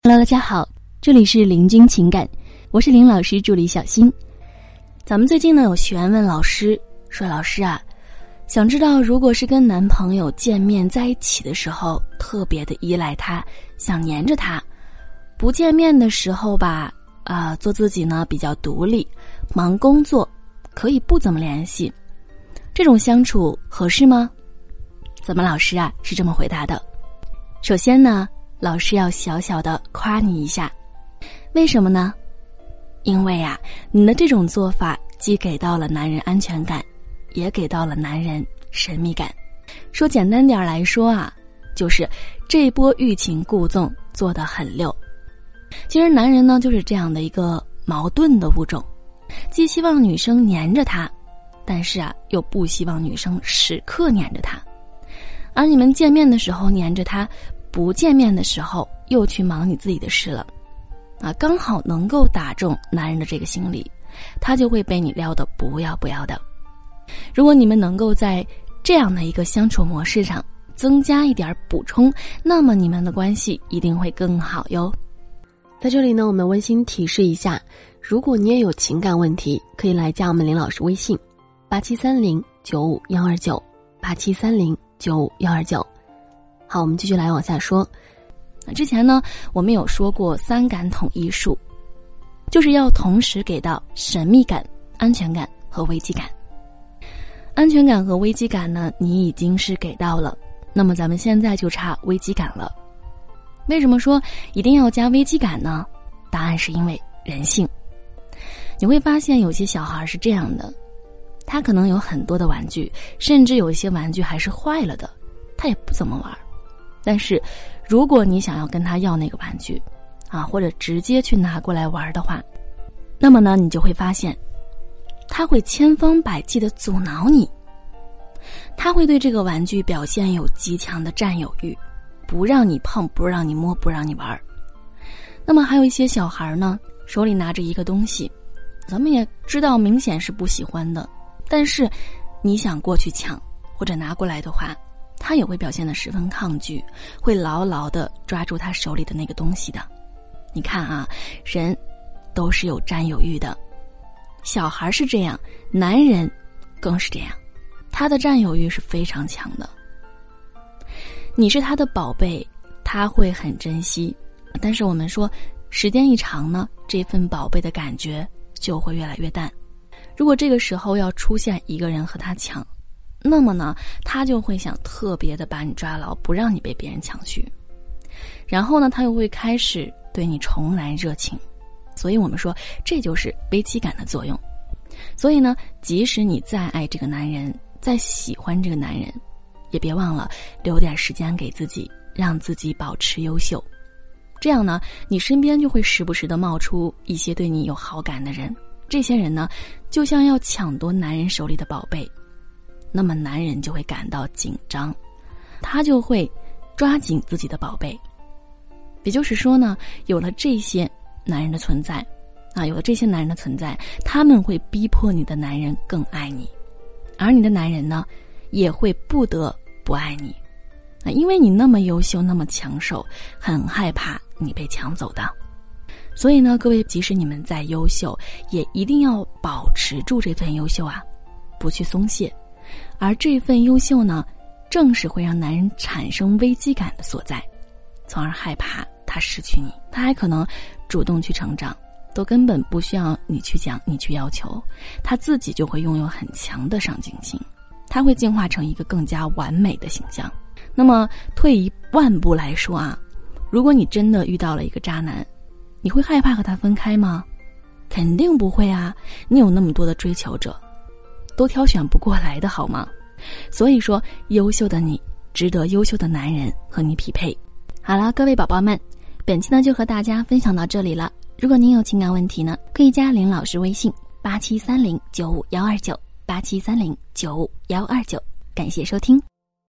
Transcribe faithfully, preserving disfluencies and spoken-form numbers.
Hello， 大家好，这里是林君情感，我是林老师助理小新。咱们最近呢有学员问老师说，老师啊，想知道如果是跟男朋友见面在一起的时候特别的依赖他，想黏着他，不见面的时候吧啊、呃，做自己呢比较独立，忙工作，可以不怎么联系，这种相处合适吗？咱们老师啊是这么回答的。首先呢，老师要小小的夸你一下，为什么呢？因为啊，你的这种做法既给到了男人安全感，也给到了男人神秘感。说简单点来说啊，就是这波欲擒故纵做得很溜。其实男人呢就是这样的一个矛盾的物种，既希望女生黏着他，但是啊又不希望女生时刻黏着他。而你们见面的时候黏着他，不见面的时候又去忙你自己的事了啊，刚好能够打中男人的这个心理，他就会被你撩得不要不要的。如果你们能够在这样的一个相处模式上增加一点补充，那么你们的关系一定会更好哟。 在这里呢，我们温馨提示一下，如果你也有情感问题，可以来加我们林老师微信八七三零九五幺二九八七三零九五幺二九。好，我们继续来往下说。 之前呢我们有说过三感统一术，就是要同时给到神秘感、安全感和危机感。安全感和危机感呢你已经是给到了，那么咱们现在就差危机感了。为什么说一定要加危机感呢？答案是因为人性。你会发现有些小孩是这样的，他可能有很多的玩具，甚至有一些玩具还是坏了的，他也不怎么玩。但是如果你想要跟他要那个玩具啊，或者直接去拿过来玩的话，那么呢你就会发现他会千方百计地阻挠你，他会对这个玩具表现有极强的占有欲，不让你碰，不让你摸，不让你玩。那么还有一些小孩呢，手里拿着一个东西，咱们也知道明显是不喜欢的，但是你想过去抢或者拿过来的话，他也会表现得十分抗拒，会牢牢地抓住他手里的那个东西的。你看啊，人都是有占有欲的，小孩是这样，男人更是这样，他的占有欲是非常强的。你是他的宝贝，他会很珍惜，但是我们说时间一长呢，这份宝贝的感觉就会越来越淡。如果这个时候要出现一个人和他抢，那么呢他就会想特别的把你抓牢，不让你被别人抢去，然后呢他又会开始对你重燃热情。所以我们说这就是危机感的作用。所以呢即使你再爱这个男人，再喜欢这个男人，也别忘了留点时间给自己，让自己保持优秀。这样呢你身边就会时不时的冒出一些对你有好感的人，这些人呢就像要抢夺男人手里的宝贝，那么男人就会感到紧张，他就会抓紧自己的宝贝。也就是说呢，有了这些男人的存在啊，有了这些男人的存在，他们会逼迫你的男人更爱你，而你的男人呢也会不得不爱你啊，因为你那么优秀，那么抢手，很害怕你被抢走的。所以呢，各位，即使你们再优秀，也一定要保持住这份优秀啊，不去松懈。而这份优秀呢，正是会让男人产生危机感的所在，从而害怕他失去你。他还可能主动去成长，都根本不需要你去讲，你去要求，他自己就会拥有很强的上进心，他会进化成一个更加完美的形象。那么退一万步来说啊，如果你真的遇到了一个渣男，你会害怕和他分开吗？肯定不会啊，你有那么多的追求者，都挑选不过来的好吗？所以说优秀的你值得优秀的男人和你匹配。好了，各位宝宝们，本期呢就和大家分享到这里了。如果您有情感问题呢，可以加林老师微信八七三零九五幺二九八七三零九五幺二九。感谢收听。